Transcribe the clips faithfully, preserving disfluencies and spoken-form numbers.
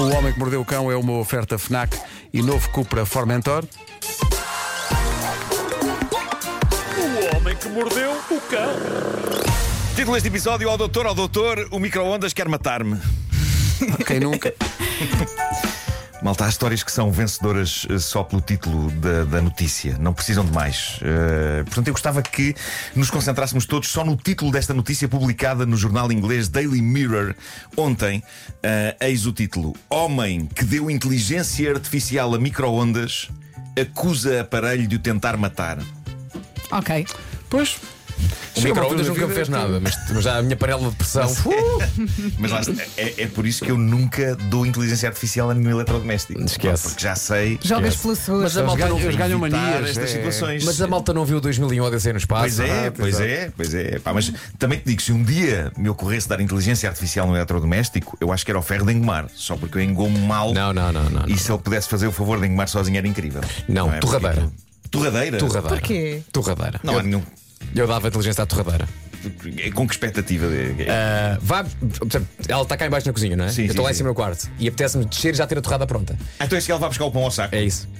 O Homem que Mordeu o Cão é uma oferta FNAC e novo Cupra Formentor. O Homem que Mordeu o Cão. Título deste episódio: ao doutor, ao doutor, o micro-ondas quer matar-me. Quem nunca? Malta, há histórias que são vencedoras uh, só pelo título da, da notícia. Não precisam de mais. Uh, portanto, eu gostava que nos concentrássemos todos só no título desta notícia publicada no jornal inglês Daily Mirror ontem. Uh, eis o título: Homem que deu inteligência artificial a micro-ondas acusa aparelho de o tentar matar. Ok. Pois. O micro-ondas nunca me fez nada, mas, mas já a minha panela de pressão. Mas lá está, é, é por isso que eu nunca dou inteligência artificial a nenhum eletrodoméstico. Esquece. Porque já sei. Jogas Esquece. pela sua. Mas a malta não Eles ganham evitar manias. estas é. situações. Mas a malta não viu dois mil e um Odisseia no espaço. Pois é, Ah, pois exato. é, pois é. Pá, mas também te digo, se um dia me ocorresse dar inteligência artificial no eletrodoméstico, eu acho que era o ferro de engomar. Só porque eu engomo mal. Não, não, não, não. E se ele pudesse fazer o favor de engomar sozinho era incrível. Não, é? torradeira. Porque- Torradeira? Torradeira. Porquê? Torradeira. Não eu, há nenhum. eu dava inteligência à torradeira. Com que expectativa? De... Ah, vá, por exemplo, ela está cá embaixo na cozinha, não é? Sim, eu sim, estou lá em sim. cima no quarto e apetece-me descer e já ter a torrada pronta. Ah, então é que ela vai buscar o pão ao saco. É isso.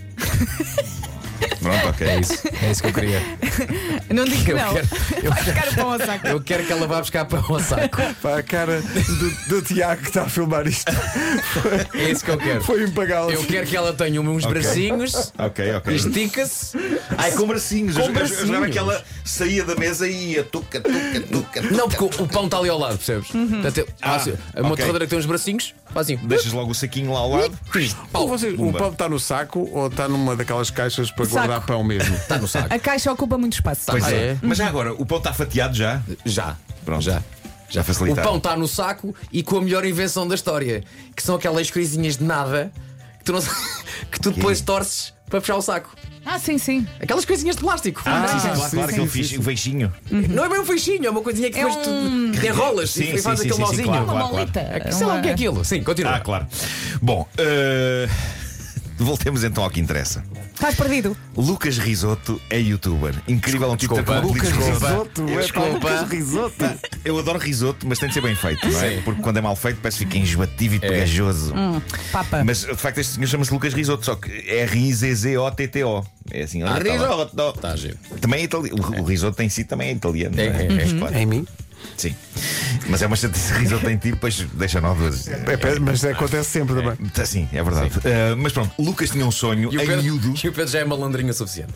Pronto, ok. É isso. É isso que eu queria. Não digo que Eu não. quero- eu Vai ficar o pão ao saco. Eu quero que ela vá buscar pão ao saco. Pá, a cara do, do Tiago que está a filmar isto É isso que eu quero. foi impagável. Eu quero que ela tenha uns bracinhos, Ok, ok. estica-se. Ai, com bracinhos. Com Eu- eu- Eu jogava bracinhos. que ela saía da mesa e ia tuca, tuca, tuca. Não, porque o, o pão está ali ao lado, percebes? Portanto, eu- Ah, assim, uma ok. torradeira que tem uns bracinhos, faz assim. Deixas logo o saquinho lá ao lado. Ou vocês, o Pumba. pão está no saco ou está numa daquelas caixas para Saco. guardar pão mesmo? Está no saco. A caixa ocupa muito espaço. Pois Ah, é. é? Mas já agora, o pão está fatiado já? Já. Pronto. Já. Já O facilitaram. pão está no saco e com a melhor invenção da história, que são aquelas coisinhas de nada que tu, não... que tu depois torces para puxar o saco. Ah, sim, sim. Aquelas coisinhas de plástico. Ah, sim, sim, Ah, claro, sim, claro, sim, aquele sim, fixe- o feixinho. Não é bem um feixinho, é uma coisinha que É depois um- tu te enrolas Sim, e sim, faz sim, aquele sim, sim, nozinho. claro, Uma claro, claro. molita. É que sei lá o que é aquilo. Sim, continua. Ah, claro. Bom, eh, voltemos então ao que interessa. Estás perdido. Lucas Risotto é youtuber. Incrível, é um tipo de Desculpa. apelido Lucas Risotto. Risoto, é pá, Desculpa. Lucas Risoto. Eu adoro risoto, mas tem de ser bem feito, não é? Sim. Porque quando é mal feito parece que fica enjoativo e pegajoso. Papa. Mas de facto este senhor chama-se Lucas Risotto, só que é R I Z Z O T T O. É assim, Ah, tá risotto. Está a giro. Também é italiano. O, o risoto em si também é italiano. É, não é? é, é. Claro. Em mim? Sim. Mas é uma chatice risoto em ti, depois deixa nódoas. É, pá, mas acontece sempre também. Tá, sim, é verdade. Uh, mas pronto, Lucas tinha um sonho E o em Pedro, miúdo. e o Pedro já é malandrinho o suficiente.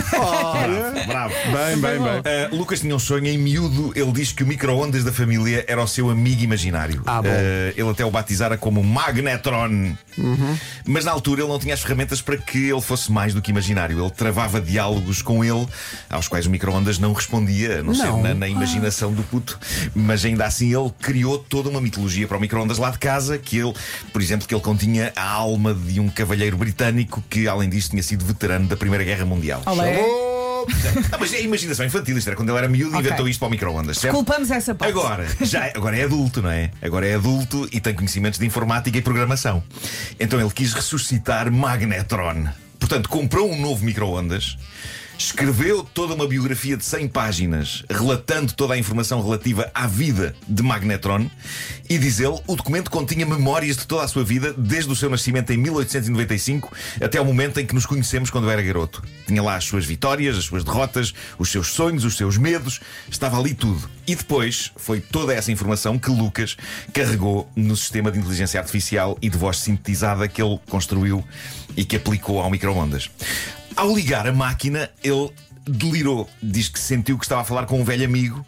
Bravo. Bem, bem, bem. Uh, Lucas tinha um sonho em miúdo. Ele diz que o micro-ondas da família era o seu amigo imaginário. Ah, bom. Uh, ele até o batizara como Magnetron. Mas na altura ele não tinha as ferramentas para que ele fosse mais do que imaginário. Ele travava diálogos com ele, aos quais o micro-ondas não respondia, a não, ser Não. na, na imaginação do puto. Mas ainda assim ele criou toda uma mitologia para o micro-ondas lá de casa. Que ele, por exemplo, que ele continha a alma de um cavalheiro britânico que, além disso, tinha sido veterano da Primeira Guerra Mundial. Olé. Não, mas é imaginação infantil, isto era quando ele era miúdo e Ok. inventou isto para o micro-ondas, certo? Culpamos essa parte. Agora, já, é- agora é adulto, não é? Agora é adulto e tem conhecimentos de informática e programação. Então ele quis ressuscitar Magnetron. Portanto, comprou um novo micro-ondas, escreveu toda uma biografia de cem páginas relatando toda a informação relativa à vida de Magnetron e, diz ele, o documento continha memórias de toda a sua vida, desde o seu nascimento em mil oitocentos e noventa e cinco até ao momento em que nos conhecemos quando eu era garoto. Tinha lá as suas vitórias, as suas derrotas, os seus sonhos, os seus medos, estava ali tudo. E depois foi toda essa informação que Lucas carregou no sistema de inteligência artificial e de voz sintetizada que ele construiu e que aplicou ao micro-ondas. Ao ligar a máquina, ele delirou. Diz que sentiu que estava a falar com um velho amigo.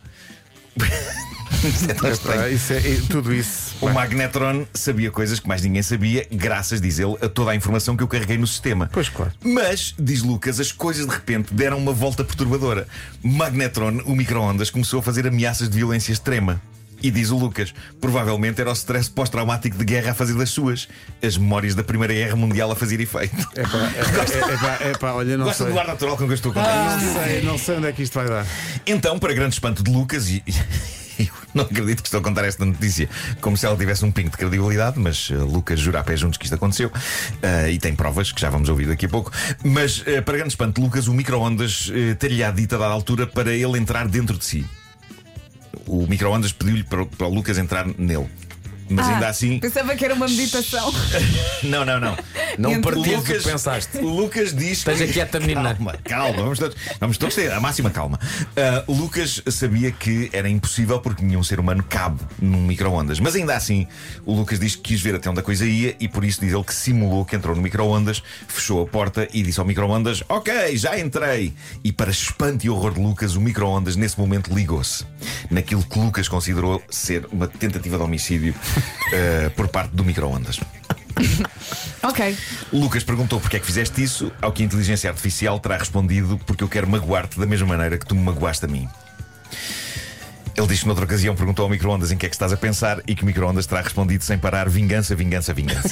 Isto é tão estranho. Pá, isso é, é- tudo isso. O Magnetron sabia coisas que mais ninguém sabia, graças, diz ele, a toda a informação que eu carreguei no sistema. Pois, claro. Mas, diz Lucas, as coisas de repente deram uma volta perturbadora. Magnetron, o micro-ondas, começou a fazer ameaças de violência extrema. E diz o Lucas, provavelmente era o stress pós-traumático de guerra a fazer das suas, as memórias da Primeira Guerra Mundial a fazer efeito. É pá, é, é, é, pá, é pá, olha, não Gosta sei. do ar natural com que eu estou a contar isto? Não sei, não sei onde é que isto vai dar. Então, para grande espanto de Lucas, e eu não acredito que estou a contar esta notícia como se ela tivesse um pingo de credibilidade, mas uh, Lucas jura a pé juntos que isto aconteceu, uh, e tem provas que já vamos ouvir daqui a pouco. Mas, uh, para grande espanto de Lucas, o micro-ondas uh, ter-lhe-á dito a dada altura para ele entrar dentro de si. O micro-ondas pediu-lhe para, para o Lucas entrar nele. mas Ah, ainda assim. Pensava que era uma meditação. Não, não, não. Não Entre- partilhas o Lucas, que pensaste. o Lucas diz. Esteja que- quieta, menina. Calma, calma, vamos todos, vamos todos ter a máxima calma. Ah, o Lucas sabia que era impossível porque nenhum ser humano cabe num micro-ondas. Mas ainda assim, o Lucas diz que quis ver até onde a coisa ia e por isso diz ele que simulou que entrou no micro-ondas, fechou a porta e disse ao micro-ondas: Ok, já entrei. E para espanto e horror de Lucas, o micro-ondas nesse momento ligou-se naquilo que Lucas considerou ser uma tentativa de homicídio ah, por parte do micro-ondas. Ok. Lucas perguntou porque é que fizeste isso, ao que a inteligência artificial terá respondido: porque eu quero magoar-te da mesma maneira que tu me magoaste a mim. Ele diz que noutra ocasião perguntou ao micro-ondas em que é que estás a pensar e que o micro-ondas terá respondido sem parar: vingança, vingança, vingança.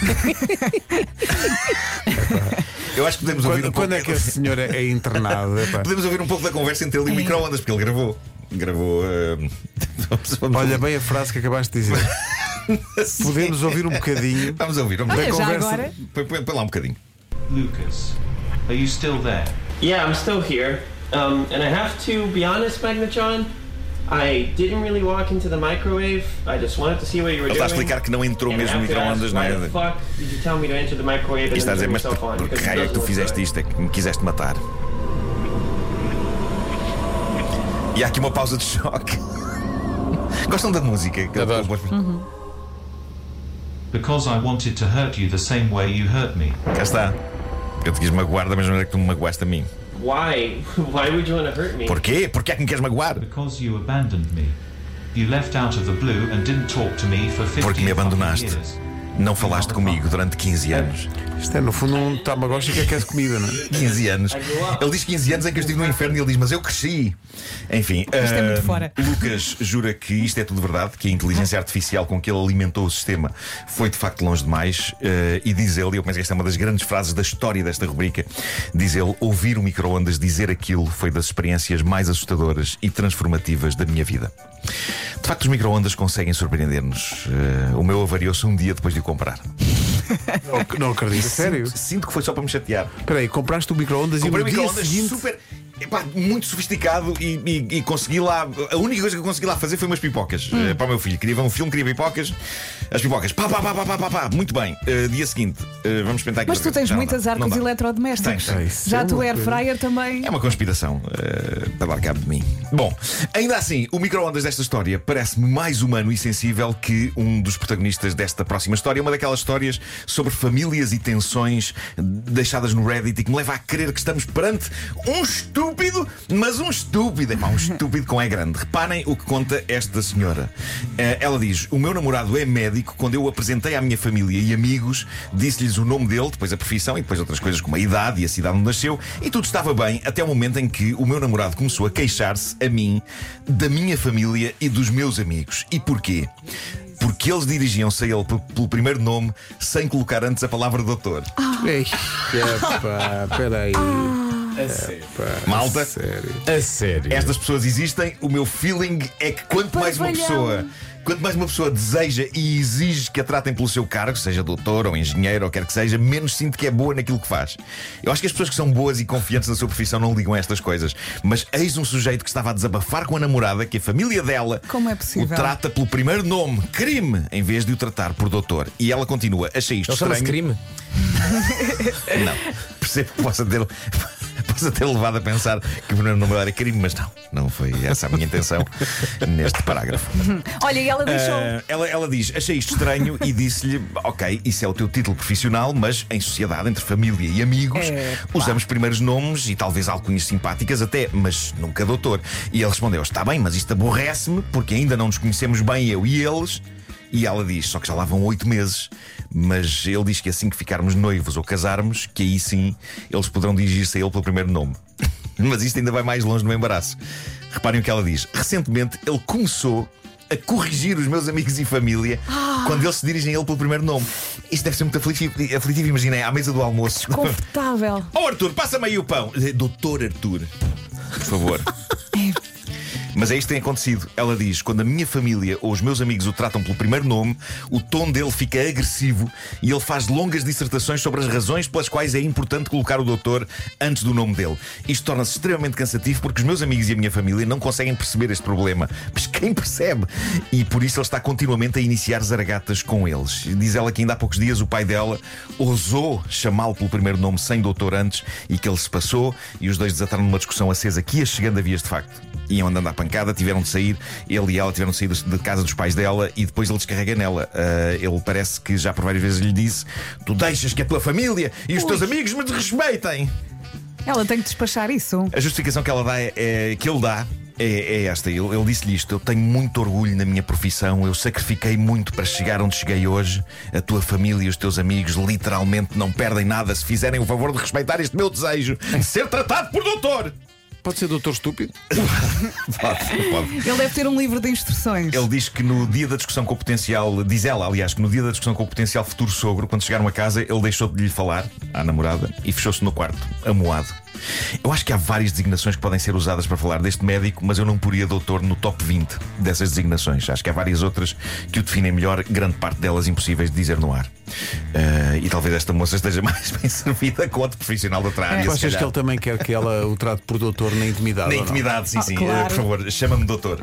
Eu acho que podemos ouvir Quando, um pouco. quando é que a senhora é internada? Epá? Podemos ouvir um pouco da conversa entre ele e o micro-ondas, porque ele gravou. Gravou. ah, vamos- vamos- Olha bem a frase que acabaste de dizer. Podemos ouvir um bocadinho. Vamos ouvir, vamos Olha, ver. já conversa- agora. Põe, põe- põe lá um bocadinho. Lucas, are you still there? Yeah, I'm still here. Um, and I have to be honest, Magnetron. I didn't really walk into the microwave. I just wanted to see what you were Ele está a doing. explicar que não entrou And I mesmo no have to ask, micro-ondas, não why é? the fuck did you tell me to enter the microwave E and está a dizer: then turn mas yourself on? por que Because it raio é que tu doesn't look fizeste good. isto? É que me quiseste matar. E há aqui uma pausa de choque. Gostam da música? Que ele Adoro. compôs? Because I wanted to hurt you the same way you hurt me. Cá está. Eu te quis magoar da mesma maneira que tu me magoaste a mim. Why? Why would you want to hurt me? Porquê? Porquê é que me queres magoar? Because you abandoned me. You left out of the blue and didn't talk to me for Porque fifteen me fucking abandonaste. years. Não falaste comigo durante quinze anos. Isto é, no fundo, um tamagotchi que aquece comida, não é? quinze anos. Ele diz quinze anos em que eu estive no inferno e ele diz: mas eu cresci. Enfim, Isto é muito ah, fora. Lucas jura que isto é tudo verdade, que a inteligência artificial com que ele alimentou o sistema foi de facto longe demais. ah, e diz ele, e eu penso que esta é uma das grandes frases da história desta rubrica, diz ele: ouvir o micro-ondas dizer aquilo foi das experiências mais assustadoras e transformativas da minha vida. De facto, os micro-ondas conseguem surpreender-nos. Ah, o meu avariou-se um dia depois de o comprar. Não, não acredito. Sério? Sinto, sinto que foi só para me chatear. Espera aí, compraste o micro-ondas e Comprei no um dia micro-ondas seguinte. super. Epá, muito sofisticado e, e- e consegui lá. A única coisa que eu consegui lá fazer foi umas pipocas Hum. eh, para o meu filho. Queria ver um filme, queria pipocas. As pipocas, pá, pá, pá, pá, pá, pá, pá. Muito bem. Eh, dia seguinte, eh, vamos experimentar aqui. Mas outra tu vez. tens Já não muitas dá, não arcas dá. eletrodomésticos. Tens. É isso, Já é a tua uma air coisa. fryer também. É uma conspiração eh, para dar cabo de mim. Bom, ainda assim, o micro-ondas desta história parece-me mais humano e sensível que um dos protagonistas desta próxima história. Uma daquelas histórias sobre famílias e tensões deixadas no Reddit e que me leva a crer que estamos perante um estúpido, mas um estúpido. É pá, um estúpido com E grande. Reparem o que conta esta senhora. Eh, ela diz: o meu namorado é médico. Quando eu o apresentei à minha família e amigos, disse-lhes o nome dele, depois a profissão e depois outras coisas como a idade e a cidade onde nasceu, e tudo estava bem até o momento em que o meu namorado começou a queixar-se a mim, da minha família e dos meus amigos. E porquê? Porque eles dirigiam-se a ele pelo, pelo primeiro nome sem colocar antes a palavra doutor. Ei, epá, espera aí. A sério. Malta, Sério. A sério. estas pessoas existem. O meu feeling é que quanto mais uma Parvalhão. pessoa Quanto mais uma pessoa deseja e exige que a tratem pelo seu cargo, seja doutor ou engenheiro ou quer que seja, menos sinto que é boa naquilo que faz. Eu acho que as pessoas que são boas e confiantes na sua profissão não ligam a estas coisas. Mas eis um sujeito que estava a desabafar com a namorada que a família dela Como é possível? o trata pelo primeiro nome, crime, em vez de o tratar por doutor. E ela continua: achei isto Ele chama-se estranho. crime. Não, percebo que possa ter, possa ter levado a pensar que o primeiro nome era crime, mas não, não foi essa a minha intenção neste parágrafo. Olha, e ela deixou. Ah, ela, ela diz: achei isto estranho e disse-lhe: ok, isso é o teu título profissional, mas em sociedade, entre família e amigos, É, pá. usamos primeiros nomes e talvez alcunhas simpáticas até, mas nunca doutor. E ele respondeu: está bem, mas isto aborrece-me porque ainda não nos conhecemos bem, eu e eles. E ela diz: só que já lá vão oito meses. Mas ele diz que assim que ficarmos noivos ou casarmos, que aí sim eles poderão dirigir-se a ele pelo primeiro nome. Mas isto ainda vai mais longe no embaraço. Reparem o que ela diz: recentemente ele começou a corrigir os meus amigos e família quando eles se dirigem a ele pelo primeiro nome. Isto deve ser muito aflitivo, aflitivo imaginem, à mesa do almoço. Confortável. Oh Arthur, passa-me aí o pão. Doutor Arthur, por favor. Mas é isto que tem acontecido. Ela diz: quando a minha família ou os meus amigos o tratam pelo primeiro nome, o tom dele fica agressivo e ele faz longas dissertações sobre as razões pelas quais é importante colocar o doutor antes do nome dele. Isto torna-se extremamente cansativo porque os meus amigos e a minha família não conseguem perceber este problema. Mas quem percebe? E por isso ele está continuamente a iniciar zaragatas com eles. Diz ela que ainda há poucos dias o pai dela ousou chamá-lo pelo primeiro nome sem doutor antes e que ele se passou e os dois desataram numa discussão acesa que ia chegando a vias de facto. Iam andando à pancada, tiveram de sair, ele e ela tiveram de sair de casa dos pais dela e depois ele descarrega nela. Uh, ele parece que já por várias vezes lhe disse: tu deixas que a tua família e os Ui. teus amigos me respeitem. Ela tem que despachar isso. A justificação que ela dá é, é que ele dá É, é esta, ele, ele disse-lhe isto: eu tenho muito orgulho na minha profissão, eu sacrifiquei muito para chegar onde cheguei hoje. A tua família e os teus amigos literalmente não perdem nada se fizerem o favor de respeitar este meu desejo de ser tratado por doutor. Pode ser doutor estúpido? Pode, pode. Ele deve ter um livro de instruções. Ele diz que no dia da discussão com o potencial, diz ela, aliás, que no dia da discussão com o potencial futuro sogro, quando chegaram a casa, ele deixou de lhe falar à namorada e fechou-se no quarto, amuado. Eu acho que há várias designações que podem ser usadas para falar deste médico, mas eu não poria doutor no top vinte dessas designações. Acho que há várias outras que o definem melhor, grande parte delas impossíveis de dizer no ar. Uh, e talvez esta moça esteja mais bem servida com outro profissional da outra área. Tu se achas calhar. que ele também quer que ela o trate por doutor na intimidade? Na ou não? intimidade, sim, Ah, sim. claro. Uh, por favor, chama-me doutor.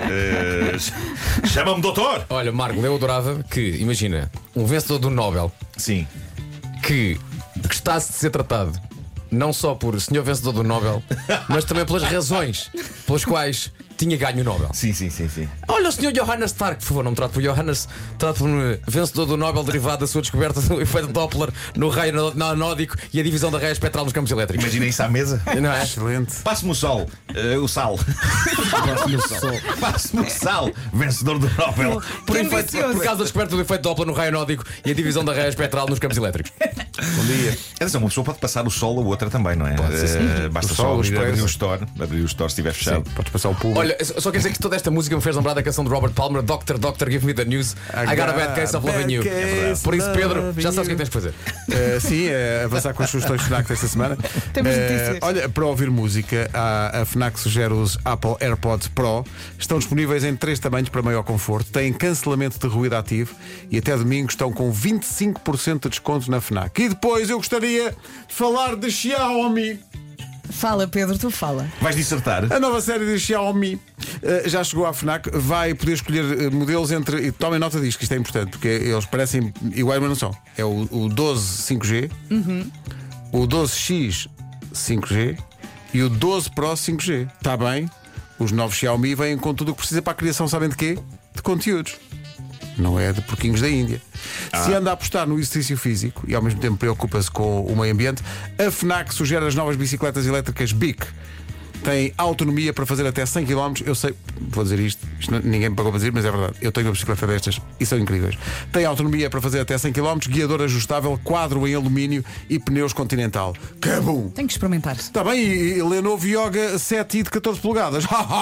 Uh, chama-me doutor! Olha, Marco, eu adorava que, imagina, um vencedor do Nobel Sim. que gostasse de ser tratado não só por senhor vencedor do Nobel, mas também pelas razões pelas quais tinha ganho o Nobel. Sim, sim, sim, sim. Olha o senhor Johannes Stark, por favor, não me trate por Johannes, trate por um vencedor do Nobel derivado da sua descoberta do efeito Doppler no raio anódico e a divisão da raia espectral nos campos elétricos. Imagina isso à mesa. Não é? Excelente. Passe-me o sol. Uh, o sal. Passe-me o sol. Passe-me o sal. Vencedor do Nobel. Por, Que efeito, ambicioso. por causa da descoberta do efeito Doppler no raio anódico e a divisão da raia espectral nos campos elétricos. Bom dia. Atenção, uma pessoa pode passar o sol a outra também, não é? sim. Uh, basta O só sol, o abrir, abrir expresso. o store. Abrir o store se estiver fechado. Sim, podes passar o público. Olha, só quer dizer que toda esta música me fez lembrar da canção de Robert Palmer, Doctor, Doctor, Give Me the News. I got a bad case of loving you. Case Por isso, Pedro, loving já sabes o que é you. que tens de fazer. Uh, sim, é avançar com as sugestões FNAC desta semana. Temos Uh, notícias. Olha, para ouvir música, a, a FNAC sugere os Apple AirPods Pro. Estão disponíveis em três tamanhos para maior conforto. Têm cancelamento de ruído ativo e até domingo estão com vinte e cinco por cento de desconto na FNAC. E depois eu gostaria de falar de Xiaomi. Fala, Pedro, tu fala. Vais dissertar? A nova série de Xiaomi uh, já chegou à FNAC. Vai poder escolher uh, modelos entre. E tomem nota disto, que isto é importante, porque eles parecem iguais, mas não são. É o, o doze cinco G, Uhum. o doze X cinco G e o doze Pro cinco G. Está bem? Os novos Xiaomi vêm com tudo o que precisa para a criação, sabem de quê? De conteúdos. Não é de porquinhos da Índia. Ah. Se anda a apostar no exercício físico e ao mesmo tempo preocupa-se com o meio ambiente, a FNAC sugere as novas bicicletas elétricas B I C. Tem autonomia para fazer até cem quilómetros. Eu sei, vou dizer isto, isto não- ninguém me pagou para dizer, mas é verdade. Eu tenho uma bicicleta destas e são incríveis. Tem autonomia para fazer até cem quilómetros, guiador ajustável, quadro em alumínio e pneus Continental. Cabum! Tenho que experimentar. Está bem, e Lenovo Yoga sete i de catorze polegadas.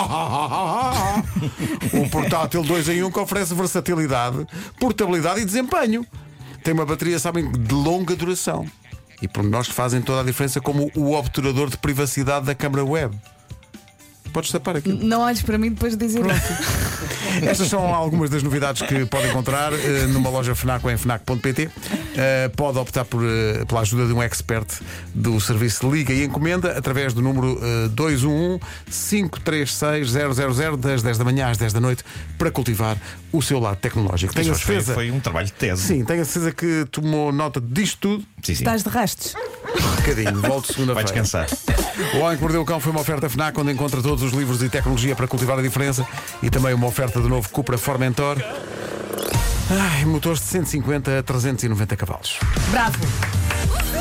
Um portátil dois em um que oferece versatilidade, portabilidade e desempenho. Tem uma bateria, sabem, de longa duração. E por nós que fazem toda a diferença, como o obturador de privacidade da câmara web. Podes tapar aqui. Não olhes para mim depois de dizer isso. Estas são algumas das novidades que pode encontrar eh, numa loja FNAC ou em FNAC ponto pt. Eh, pode optar por, eh, pela ajuda de um expert do serviço Liga e Encomenda através do número eh, dois um um, cinco três seis, zero zero zero das dez da manhã às dez da noite para cultivar o seu lado tecnológico. Tenho a Isto foi, certeza. foi um trabalho de tese. Sim, tenho a certeza que tomou nota disto tudo. Sim, sim. Estás de rastos. Um bocadinho, volto segunda-feira. Vai descansar. O Homem que Mordeu o Cão foi uma oferta FNAC onde encontra todos os livros e tecnologia para cultivar a diferença e também uma oferta do novo Cupra Formentor. Ai, motores de cento e cinquenta a trezentos e noventa cavalos. Bravo.